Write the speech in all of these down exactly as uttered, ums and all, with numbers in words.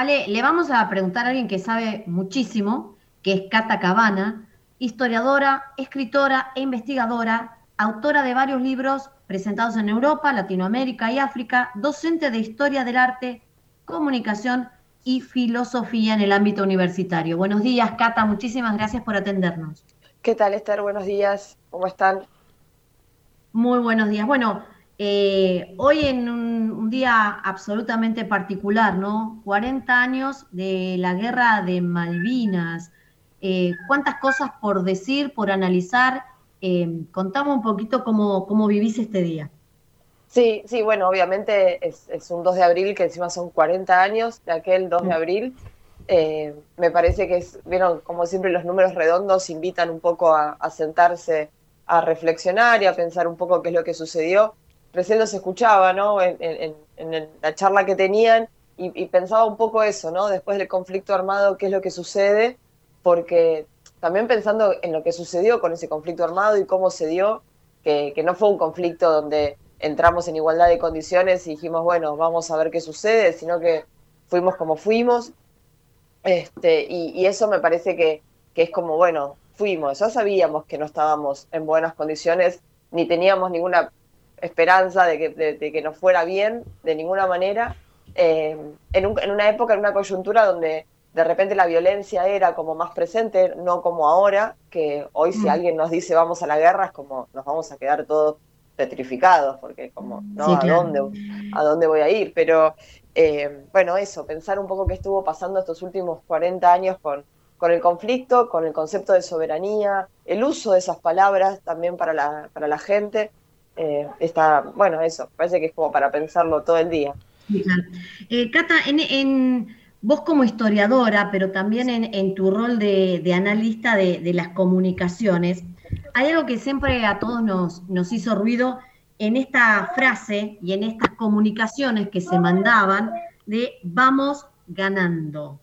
Ale, le vamos a preguntar a alguien que sabe muchísimo, que es Cata Cabana, historiadora, escritora e investigadora, autora de varios libros presentados en Europa, Latinoamérica y África, docente de historia del arte, comunicación y filosofía en el ámbito universitario. Buenos días, Cata, muchísimas gracias por atendernos. ¿Qué tal, Esther? Buenos días. ¿Cómo están? Muy buenos días. Bueno, eh, hoy en un, un día absolutamente particular, ¿no? cuarenta años de la guerra de Malvinas. Eh, ¿cuántas cosas por decir, por analizar? Eh, contame un poquito cómo, cómo vivís este día. Sí, sí, bueno, obviamente es, es un dos de abril, que encima son cuarenta años de aquel dos de Mm. abril. Eh, me parece que es, vieron, como siempre los números redondos invitan un poco a, a sentarse, a reflexionar y a pensar un poco qué es lo que sucedió. Recién los escuchaba, ¿no? En, en, en la charla que tenían y, y pensaba un poco eso, ¿no? Después del conflicto armado, qué es lo que sucede, porque también pensando en lo que sucedió con ese conflicto armado y cómo se dio, que, que no fue un conflicto donde entramos en igualdad de condiciones y dijimos, bueno, vamos a ver qué sucede, sino que fuimos como fuimos. Este, y, y eso me parece que, que es como, bueno, fuimos, ya sabíamos que no estábamos en buenas condiciones, ni teníamos ninguna esperanza de que, de, de que nos fuera bien, de ninguna manera, eh, en, un, en una época, en una coyuntura donde de repente la violencia era como más presente, no como ahora, que hoy si Mm. alguien nos dice vamos a la guerra es como nos vamos a quedar todos petrificados, porque como, ¿no? Sí, ¿A claro. dónde, a dónde voy a ir? Pero eh, bueno, eso, pensar un poco qué estuvo pasando estos últimos cuarenta años con, con el conflicto, con el concepto de soberanía, el uso de esas palabras también para la, para la gente. Eh, está, bueno, eso, parece que es como para pensarlo todo el día. Sí, claro. Eh, Cata, en, en- vos como historiadora, pero también en, en tu rol de, de analista de, de las comunicaciones, hay algo que siempre a todos nos, nos hizo ruido en esta frase y en estas comunicaciones que se mandaban de vamos ganando.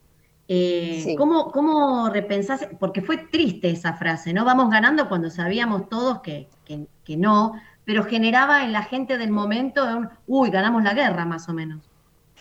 Eh, Sí. ¿cómo, cómo repensás? Porque fue triste esa frase, ¿no? Vamos ganando cuando sabíamos todos que, que, que no, pero generaba en la gente del momento un, uy, ganamos la guerra, más o menos.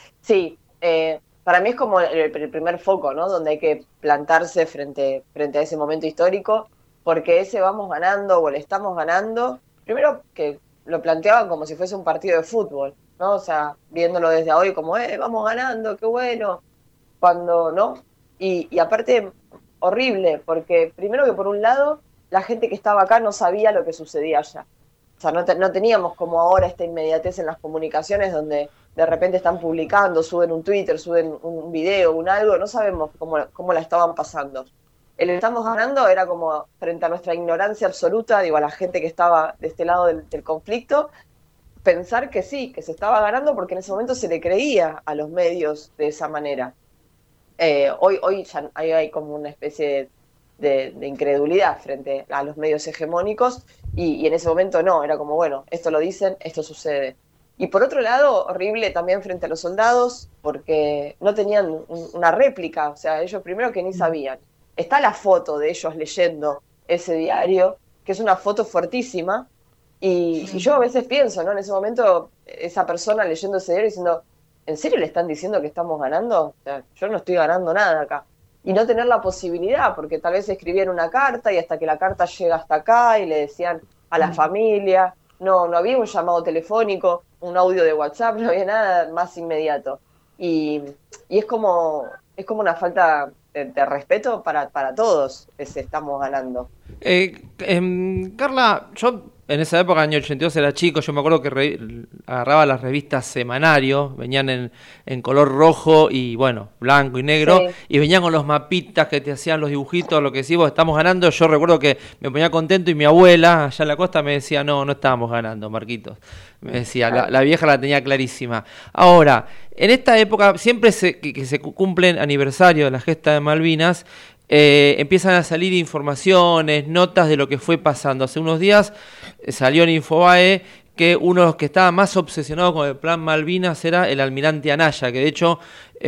Sí, eh, para mí es como el, el primer foco, ¿no? Donde hay que plantarse frente, frente a ese momento histórico, porque ese vamos ganando o le estamos ganando, primero que lo planteaban como si fuese un partido de fútbol, ¿no? O sea, viéndolo desde hoy como, eh, vamos ganando, qué bueno, cuando, ¿no? Y, y aparte, horrible, porque primero que por un lado, la gente que estaba acá no sabía lo que sucedía allá. O sea, no, te, no teníamos como ahora esta inmediatez en las comunicaciones donde de repente están publicando, suben un Twitter, suben un video, un algo, no sabemos cómo, cómo la estaban pasando. El estamos ganando era como frente a nuestra ignorancia absoluta, digo, a la gente que estaba de este lado del, del conflicto, pensar que sí, que se estaba ganando porque en ese momento se le creía a los medios de esa manera. Eh, hoy, hoy ya hay, hay como una especie de, de, incredulidad frente a los medios hegemónicos y, y en ese momento no, era como, bueno, esto lo dicen, esto sucede. Y por otro lado, horrible también frente a los soldados, porque no tenían un, una réplica, o sea, ellos primero que ni sabían. Está la foto de ellos leyendo ese diario, que es una foto fuertísima, y, y yo a veces pienso, ¿no? En ese momento, esa persona leyendo ese diario diciendo, ¿en serio le están diciendo que estamos ganando? O sea, yo no estoy ganando nada acá. Y no tener la posibilidad, porque tal vez escribían una carta y hasta que la carta llega hasta acá y le decían a la familia, no, no había un llamado telefónico, un audio de WhatsApp, no había nada más inmediato. Y, y es como es como una falta de, de respeto para, para todos, ese estamos ganando. Eh, em, Carla, yo en esa época, año ochenta y dos, era chico. Yo me acuerdo que re- agarraba las revistas Semanario, venían en, en color rojo y, bueno, blanco y negro, Sí, y venían con los mapitas que te hacían los dibujitos, lo que decimos, estamos ganando. Yo recuerdo que me ponía contento y mi abuela, allá en la costa, me decía, no, no estábamos ganando, Marquitos. Me decía, la, claro. la vieja la tenía clarísima. Ahora, en esta época, siempre se, que, que se cumplen aniversario de la gesta de Malvinas, eh, empiezan a salir informaciones, notas de lo que fue pasando. Hace unos días eh, salió en Infobae que uno de los que estaba más obsesionado con el plan Malvinas era el almirante Anaya, que de hecho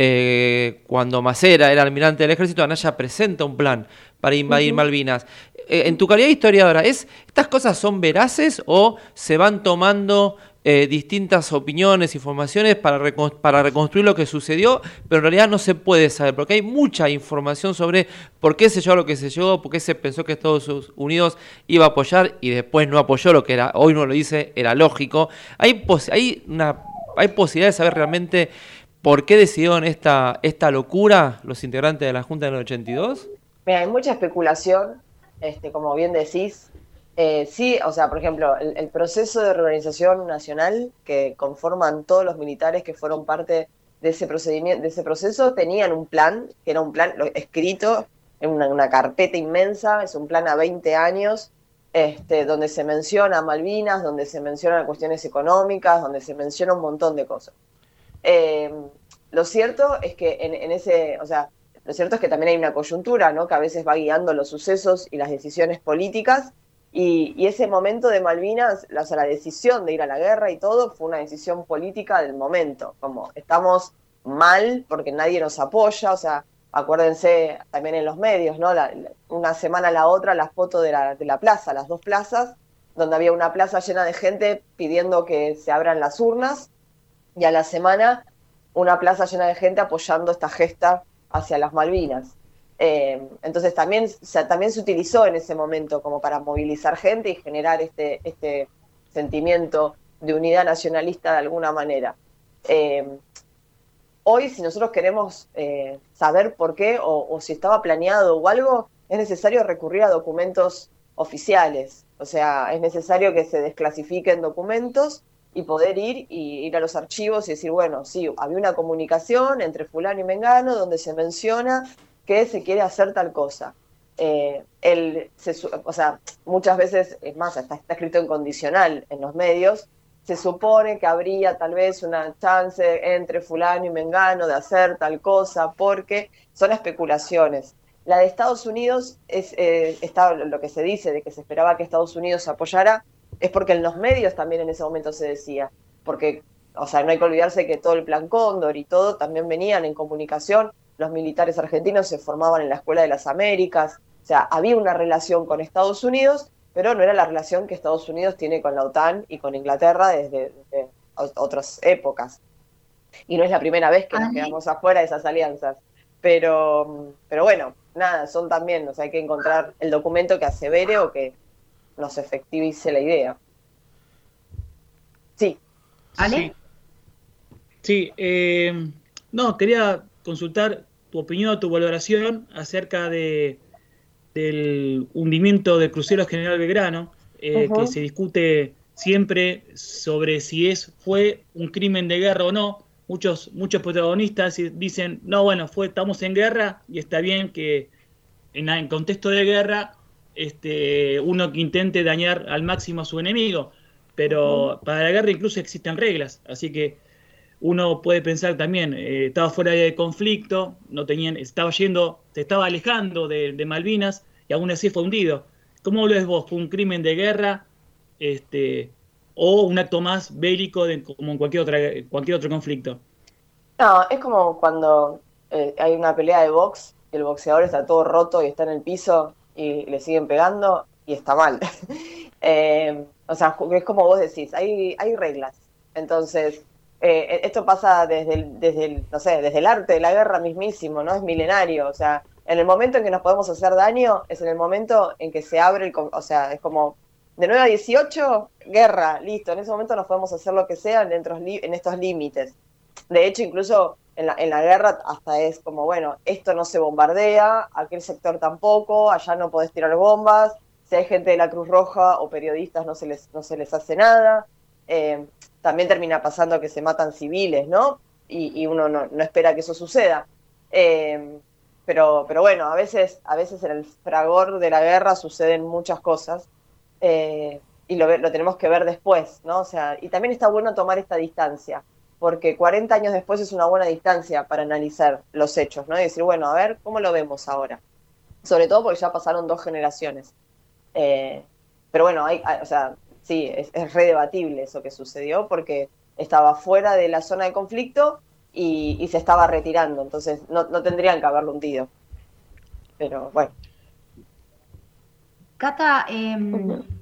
eh, cuando Macera era almirante del ejército, Anaya presenta un plan para invadir Ujú. Malvinas. Eh, en tu calidad de historiadora, ¿es, ¿estas cosas son veraces o se van tomando eh, distintas opiniones, informaciones para, recon para reconstruir lo que sucedió, pero en realidad no se puede saber, porque hay mucha información sobre por qué se llegó a lo que se llegó, por qué se pensó que Estados Unidos iba a apoyar y después no apoyó, lo que era, hoy uno lo dice, era lógico. Hay, pos hay, una, hay posibilidad de saber realmente por qué decidieron esta, esta locura los integrantes de la Junta del ochenta y dos. Mira, hay mucha especulación, este, como bien decís. Eh, sí, o sea, por ejemplo, el, el proceso de reorganización nacional que conforman todos los militares que fueron parte de ese procedimiento, de ese proceso, tenían un plan, que era un plan lo, escrito en una, una carpeta inmensa, es un plan a veinte años, este, donde se menciona Malvinas, donde se mencionan cuestiones económicas, donde se menciona un montón de cosas. Eh, lo cierto es que en, en ese, o sea, lo cierto es que también hay una coyuntura, ¿no? Que a veces va guiando los sucesos y las decisiones políticas. Y, y ese momento de Malvinas, la, o sea, la decisión de ir a la guerra y todo, fue una decisión política del momento. Como estamos mal porque nadie nos apoya, o sea, acuérdense también en los medios, ¿no? La, la, una semana a la otra, las fotos de la, de la plaza, las dos plazas, donde había una plaza llena de gente pidiendo que se abran las urnas, y a la semana una plaza llena de gente apoyando esta gesta hacia las Malvinas. Eh, entonces también, o sea, también se utilizó en ese momento como para movilizar gente y generar este, este sentimiento de unidad nacionalista de alguna manera. Eh, hoy, si nosotros queremos eh, saber por qué o, o si estaba planeado o algo, es necesario recurrir a documentos oficiales. O sea, es necesario que se desclasifiquen documentos y poder ir y ir a los archivos y decir, bueno, sí, había una comunicación entre fulano y mengano donde se menciona que se quiere hacer tal cosa. Eh, el, se, o sea, muchas veces, es más, está, está escrito en condicional en los medios, se supone que habría tal vez una chance entre fulano y mengano de hacer tal cosa, porque son especulaciones. La de Estados Unidos, es eh, está lo que se dice de que se esperaba que Estados Unidos apoyara, es porque en los medios también en ese momento se decía, porque, o sea, no hay que olvidarse que todo el Plan Cóndor y todo también venían en comunicación. Los militares argentinos se formaban en la Escuela de las Américas, o sea, había una relación con Estados Unidos, pero no era la relación que Estados Unidos tiene con la OTAN y con Inglaterra desde, desde otras épocas. Y no es la primera vez que nos quedamos afuera de esas alianzas. Pero, pero bueno, nada, son también, o sea, hay que encontrar el documento que asevere o que nos efectivice la idea. Sí. ¿Ale? Sí, sí eh, no, quería consultar tu opinión, tu valoración acerca de del hundimiento del crucero General Belgrano, eh, uh-huh. que se discute siempre sobre si es fue un crimen de guerra o no. Muchos muchos protagonistas dicen, no, bueno, fue estamos en guerra y está bien que en, en contexto de guerra este, uno que intente dañar al máximo a su enemigo, pero uh-huh. para la guerra incluso existen reglas, así que uno puede pensar también, eh, estaba fuera de conflicto, no tenían, estaba yendo, se estaba alejando de, de Malvinas y aún así fue hundido. ¿Cómo lo ves vos? ¿Fue un crimen de guerra este, o un acto más bélico de, como en cualquier, otra, cualquier otro conflicto? No, es como cuando eh, hay una pelea de box y el boxeador está todo roto y está en el piso y le siguen pegando y está mal. eh, o sea, es como vos decís, hay, hay reglas. Entonces... Eh, esto pasa desde el, desde el, no sé, desde el arte de la guerra mismísimo, ¿no? Es milenario, o sea, en el momento en que nos podemos hacer daño, es en el momento en que se abre el, o sea, es como, de nueve a dieciocho, guerra, listo, en ese momento nos podemos hacer lo que sea dentro, en estos límites. De hecho, incluso en la, en la guerra hasta es como, bueno, esto no se bombardea, aquel sector tampoco, allá no podés tirar bombas, si hay gente de la Cruz Roja o periodistas no se les, no se les hace nada. Eh, también termina pasando que se matan civiles, ¿no? Y, y uno no, no espera que eso suceda. Eh, pero, pero bueno, a veces, a veces en el fragor de la guerra suceden muchas cosas eh, y lo, lo tenemos que ver después, ¿no? O sea, y también está bueno tomar esta distancia, porque cuarenta años después es una buena distancia para analizar los hechos, ¿no? Y decir, bueno, a ver, ¿cómo lo vemos ahora? Sobre todo porque ya pasaron dos generaciones. Eh, pero bueno, hay, hay, o sea... Sí, es, es re debatible eso que sucedió porque estaba fuera de la zona de conflicto y, y se estaba retirando, entonces no, no tendrían que haberlo hundido. Pero bueno. Cata, eh, uh-huh.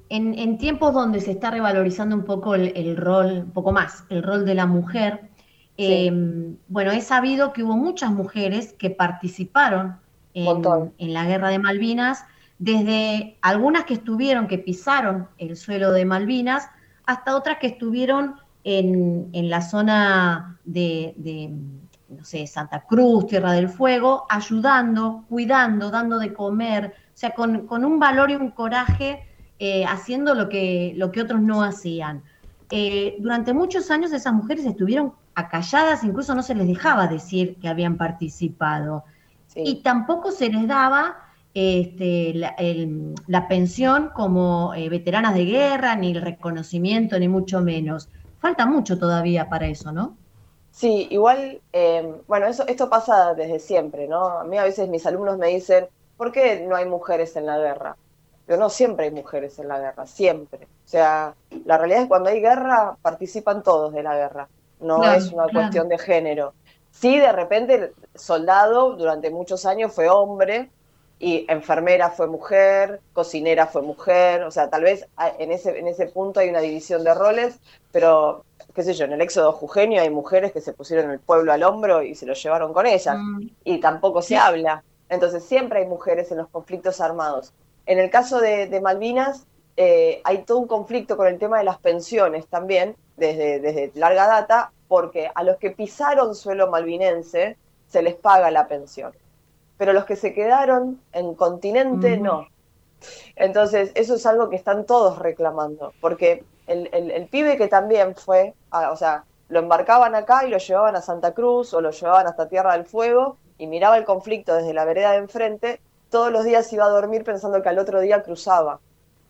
en, en tiempos donde se está revalorizando un poco el, el rol, un poco más, el rol de la mujer, eh, Sí, bueno, he sabido que hubo muchas mujeres que participaron un montón. en, en la guerra de Malvinas, desde algunas que estuvieron, que pisaron el suelo de Malvinas, hasta otras que estuvieron en, en la zona de, de, no sé, Santa Cruz, Tierra del Fuego, ayudando, cuidando, dando de comer, o sea, con, con un valor y un coraje, eh, haciendo lo que, lo que otros no hacían. Eh, durante muchos años esas mujeres estuvieron acalladas, incluso no se les dejaba decir que habían participado. Sí. Y tampoco se les daba este, la, el, la pensión como eh, veteranas de guerra, ni el reconocimiento, ni mucho menos. Falta mucho todavía para eso, ¿no? Sí, igual, eh, bueno, eso, esto pasa desde siempre, ¿no? A mí a veces mis alumnos me dicen, ¿por qué no hay mujeres en la guerra? Pero no siempre hay mujeres en la guerra, siempre. O sea, la realidad es que cuando hay guerra, participan todos de la guerra. No es Claro, una claro. cuestión de género. Sí, de repente el soldado durante muchos años fue hombre y enfermera fue mujer, cocinera fue mujer, o sea, tal vez a- en ese, en ese punto hay una división de roles, pero qué sé yo, en el éxodo jujeño hay mujeres que se pusieron el pueblo al hombro y se lo llevaron con ellas, Mm, y tampoco se sí, habla. Entonces siempre hay mujeres en los conflictos armados. En el caso de, de Malvinas, eh, hay todo un conflicto con el tema de las pensiones también, desde, desde larga data, porque a los que pisaron suelo malvinense se les paga la pensión, pero los que se quedaron en continente ujú, no. Entonces, eso es algo que están todos reclamando, porque el, el, el pibe que también fue, a, o sea, lo embarcaban acá y lo llevaban a Santa Cruz o lo llevaban hasta Tierra del Fuego y miraba el conflicto desde la vereda de enfrente, todos los días iba a dormir pensando que al otro día cruzaba.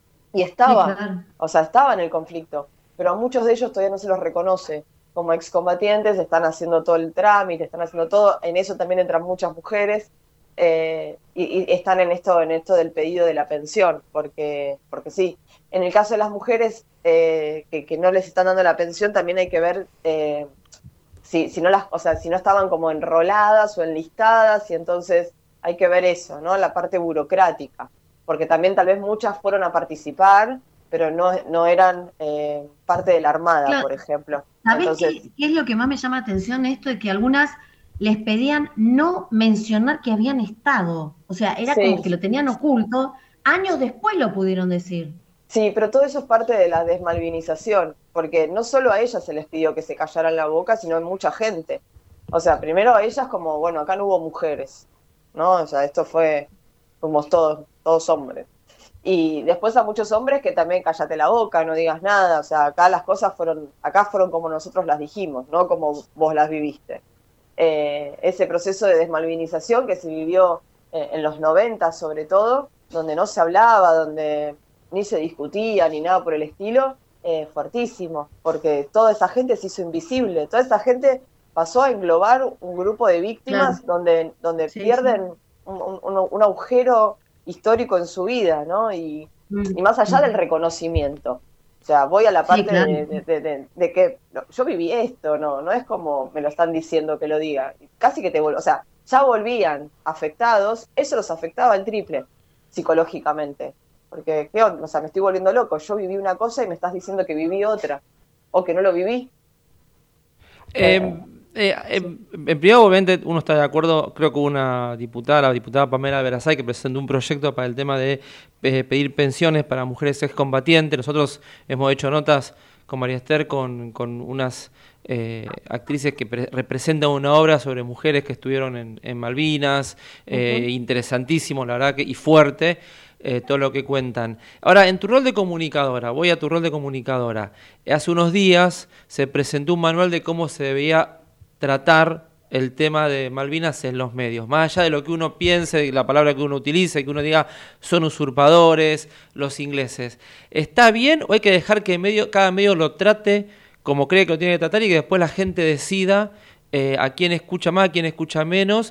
Y sí, estaba, claro. o sea, estaba en el conflicto, pero a muchos de ellos todavía no se los reconoce como excombatientes, están haciendo todo el trámite, están haciendo todo, en eso también entran muchas mujeres, eh, y, y, están en esto, en esto del pedido de la pensión, porque, porque sí, en el caso de las mujeres eh, que, que, no les están dando la pensión, también hay que ver eh, si, si no las, o sea, si no estaban como enroladas o enlistadas, y entonces hay que ver eso, ¿no? La parte burocrática, porque también tal vez muchas fueron a participar, pero no, no eran eh, parte de la Armada, Claro, por ejemplo. ¿sabés Entonces, qué, qué es lo que más me llama la atención de esto? De que algunas les pedían no mencionar que habían estado. O sea, era como que sí, lo tenían oculto. Años después lo pudieron decir. sí, pero todo eso es parte de la desmalvinización, porque no solo a ellas se les pidió que se callaran la boca, sino a mucha gente. O sea, primero a ellas como, bueno, acá no hubo mujeres, ¿no? O sea, esto fue, fuimos todos, todos hombres. Y después a muchos hombres que también cállate la boca, no digas nada, o sea, acá las cosas fueron, acá fueron como nosotros las dijimos, no como vos las viviste. Eh, ese proceso de desmalvinización que se vivió eh, en los noventa sobre todo, donde no se hablaba, donde ni se discutía ni nada por el estilo, eh, fuertísimo, porque toda esa gente se hizo invisible, toda esa gente pasó a englobar un grupo de Claro, víctimas donde, donde sí, sí. pierden un, un, un agujero histórico en su vida, ¿no? Y, y Mm, más allá del mm. reconocimiento. O sea, voy a la Sí, parte claro. de, de, de, de, de que no, yo viví esto, no, no es como me lo están diciendo que lo diga. Casi que te vuelvo, o sea, ya volvían afectados, eso los afectaba el triple psicológicamente. Porque, ¿qué onda? O sea, me estoy volviendo loco. Yo viví una cosa y me estás diciendo que viví otra. O que no lo viví. Eh, Eh, eh, sí. en, en privado, obviamente, uno está de acuerdo. Creo que hubo una diputada, la diputada Pamela Verazay, que presentó un proyecto para el tema de eh, pedir pensiones para mujeres excombatientes. Nosotros hemos hecho notas con María Esther, con, con unas eh, actrices que pre- representan una obra sobre mujeres que estuvieron en, en Malvinas. Eh, Uh-huh. interesantísimo, la verdad, que, y fuerte. Eh, todo lo que cuentan. Ahora, en tu rol de comunicadora, voy a tu rol de comunicadora. Hace unos días se presentó un manual de cómo se debía tratar el tema de Malvinas en los medios. Más allá de lo que uno piense, de la palabra que uno utilice, que uno diga son usurpadores, los ingleses. ¿Está bien o hay que dejar que medio, cada medio lo trate como cree que lo tiene que tratar y que después la gente decida eh, a quién escucha más, a quién escucha menos?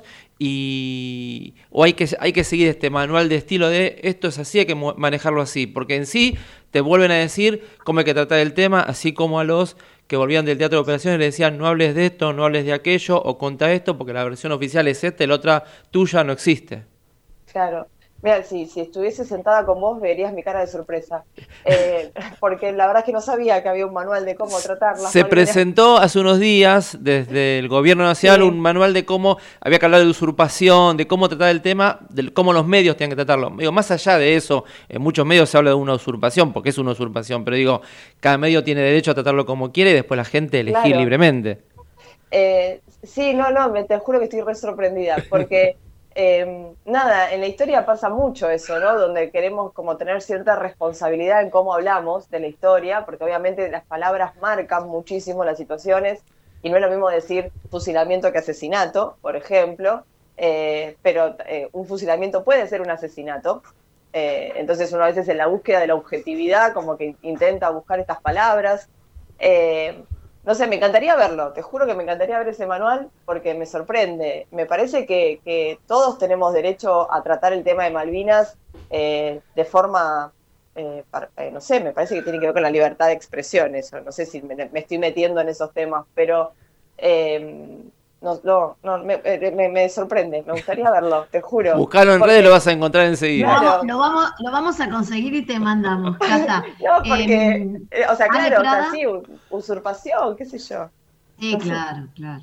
Y o hay que hay que seguir este manual de estilo de esto es así, hay que manejarlo así, porque en sí te vuelven a decir cómo hay que tratar el tema, así como a los que volvían del teatro de operaciones le decían no hables de esto, no hables de aquello, o contá esto porque la versión oficial es esta y la otra tuya no existe. Claro. Mira, si, si estuviese sentada con vos, verías mi cara de sorpresa. Eh, porque la verdad es que no sabía que había un manual de cómo tratar las Se Malvinas. presentó hace unos días desde el gobierno nacional Sí. un manual de cómo había que hablar de usurpación, de cómo tratar el tema, de cómo los medios tienen que tratarlo. Digo, más allá de eso, en muchos medios se habla de una usurpación, porque es una usurpación, pero digo, cada medio tiene derecho a tratarlo como quiere y después la gente elegir Claro. libremente. Eh, sí, no, no, me, te juro que estoy re sorprendida, porque eh, nada, en la historia pasa mucho eso, ¿no? Donde queremos como tener cierta responsabilidad en cómo hablamos de la historia, porque obviamente las palabras marcan muchísimo las situaciones, y no es lo mismo decir fusilamiento que asesinato, por ejemplo, eh, pero eh, un fusilamiento puede ser un asesinato. Eh, entonces uno a veces en la búsqueda de la objetividad como que intenta buscar estas palabras. Eh, no sé, me encantaría verlo, te juro que me encantaría ver ese manual porque me sorprende. Me parece que, que todos tenemos derecho a tratar el tema de Malvinas eh, de forma, eh, para, eh, no sé, me parece que tiene que ver con la libertad de expresión eso. No sé si me, me estoy metiendo en esos temas, pero eh, no, no, no me, me, me sorprende, me gustaría verlo, te juro. Buscalo en porque, redes, lo vas a encontrar Lo enseguida. Claro. vamos, lo, vamos, lo vamos a conseguir y te mandamos, Cata. No, porque, Em, eh, o sea, Ale claro, o sea, Prada. sí, usurpación, qué sé yo. Sí, No sé. claro, claro.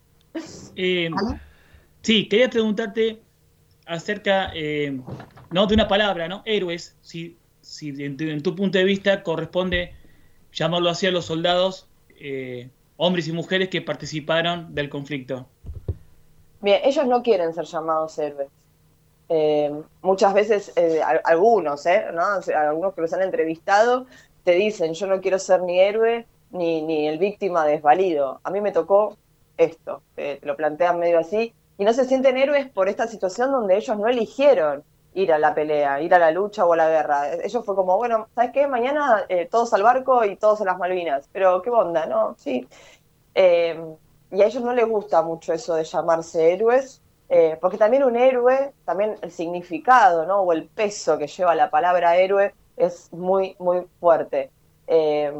Eh, ¿Ale? sí, quería preguntarte acerca, eh, no de una palabra, ¿no? Héroes, si, si en, tu, en tu punto de vista corresponde llamarlo así a los soldados, eh, hombres y mujeres que participaron del conflicto. Bien, ellos no quieren ser llamados héroes. Eh, muchas veces, eh, a- algunos, ¿eh? ¿no? O sea, algunos que los han entrevistado te dicen, yo no quiero ser ni héroe ni, ni el víctima desvalido. A mí me tocó esto, eh, te lo plantean medio así, y no se sienten héroes por esta situación donde ellos no eligieron ir a la pelea, ir a la lucha o a la guerra. Ellos fue como, bueno, ¿sabes qué? Mañana eh, todos al barco y todos a las Malvinas. Pero, ¿qué onda? ¿No? Sí. Eh, y a ellos no les gusta mucho eso de llamarse héroes, eh, porque también un héroe, también el significado, ¿no? O el peso que lleva la palabra héroe es muy, muy fuerte. Eh,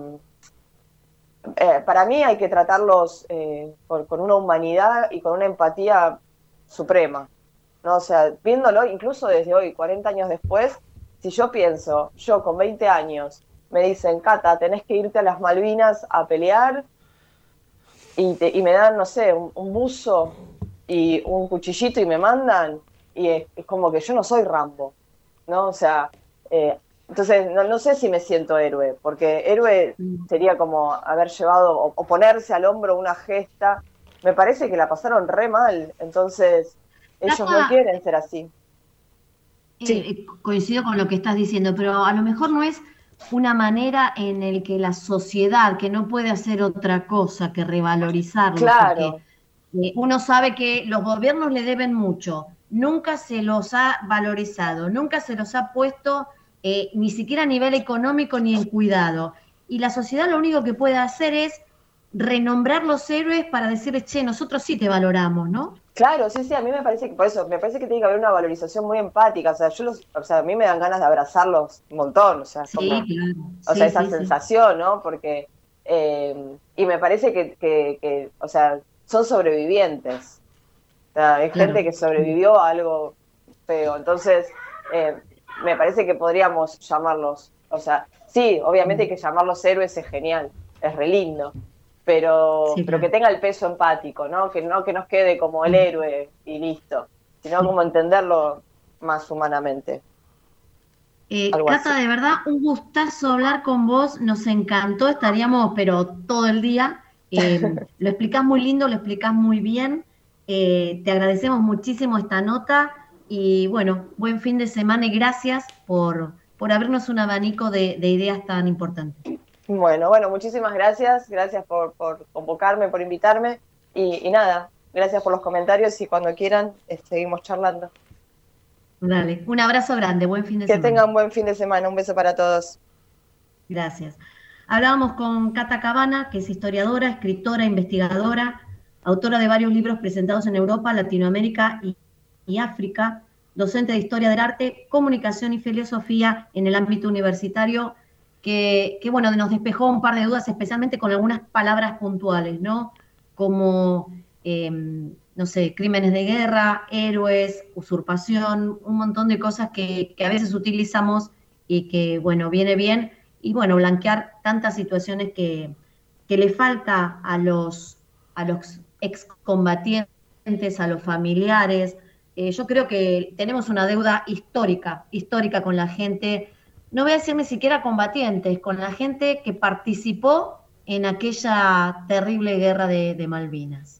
eh, para mí hay que tratarlos eh, con, con una humanidad y con una empatía suprema, ¿no? O sea, viéndolo incluso desde hoy, cuarenta años después, si yo pienso, yo con veinte años, me dicen, Cata, tenés que irte a las Malvinas a pelear, y, te, y me dan, no sé, un, un buzo y un cuchillito y me mandan, y es, es como que yo no soy Rambo, ¿no? O sea, eh, entonces no, no sé si me siento héroe, porque héroe sería como haber llevado o, o ponerse al hombro una gesta. Me parece que la pasaron re mal, entonces ellos Cata, no quieren ser así. eh, Sí. eh, coincido con lo que estás diciendo, pero a lo mejor no es una manera en el que la sociedad, que no puede hacer otra cosa que revalorizarlos, Claro, porque eh, uno sabe que los gobiernos le deben mucho, nunca se los ha valorizado, nunca se los ha puesto eh, ni siquiera a nivel económico ni en cuidado. Y la sociedad lo único que puede hacer es renombrar los héroes para decirles, che, nosotros sí te valoramos, ¿no? claro, sí, sí, a mí me parece que por eso, me parece que tiene que haber una valorización muy empática, o sea, yo los, o sea, a mí me dan ganas de abrazarlos un montón, o sea, es Sí, como, claro. o Sí, sea, esa sí, sí. sensación, ¿no? Porque, eh, y me parece que, que, que, o sea, son sobrevivientes, o sea, hay Claro. gente que sobrevivió a algo feo, entonces, eh, me parece que podríamos llamarlos, o sea, sí, obviamente que llamarlos héroes es genial, es re lindo, pero, Sí, pero claro. que tenga el peso empático, ¿no? Que no que nos quede como el héroe y listo, sino como entenderlo más humanamente. Eh, Algo Cata, así. de verdad, un gustazo hablar con vos, nos encantó, estaríamos, pero todo el día. Eh, lo explicás muy lindo, lo explicás muy bien. Eh, te agradecemos muchísimo esta nota y bueno, buen fin de semana y gracias por, por abrirnos un abanico de, de ideas tan importantes. Bueno, bueno, muchísimas gracias, gracias por, por convocarme, por invitarme y, y nada, gracias por los comentarios y cuando quieran eh, seguimos charlando. Dale, un abrazo grande, buen fin de Que semana. tengan buen fin de semana, un beso para todos. Gracias. Hablábamos con Cata Cabana, que es historiadora, escritora, investigadora, autora de varios libros presentados en Europa, Latinoamérica y, y África, docente de Historia del Arte, Comunicación y Filosofía en el ámbito universitario, que, que bueno, nos despejó un par de dudas, especialmente con algunas palabras puntuales, ¿no? Como, eh, no sé, crímenes de guerra, héroes, usurpación, un montón de cosas que, que a veces utilizamos y que, bueno, viene bien, y bueno, blanquear tantas situaciones que, que le falta a los, a los excombatientes, a los familiares. Eh, yo creo que tenemos una deuda histórica, histórica con la gente, no voy a decir ni siquiera combatientes, con la gente que participó en aquella terrible guerra de, de Malvinas.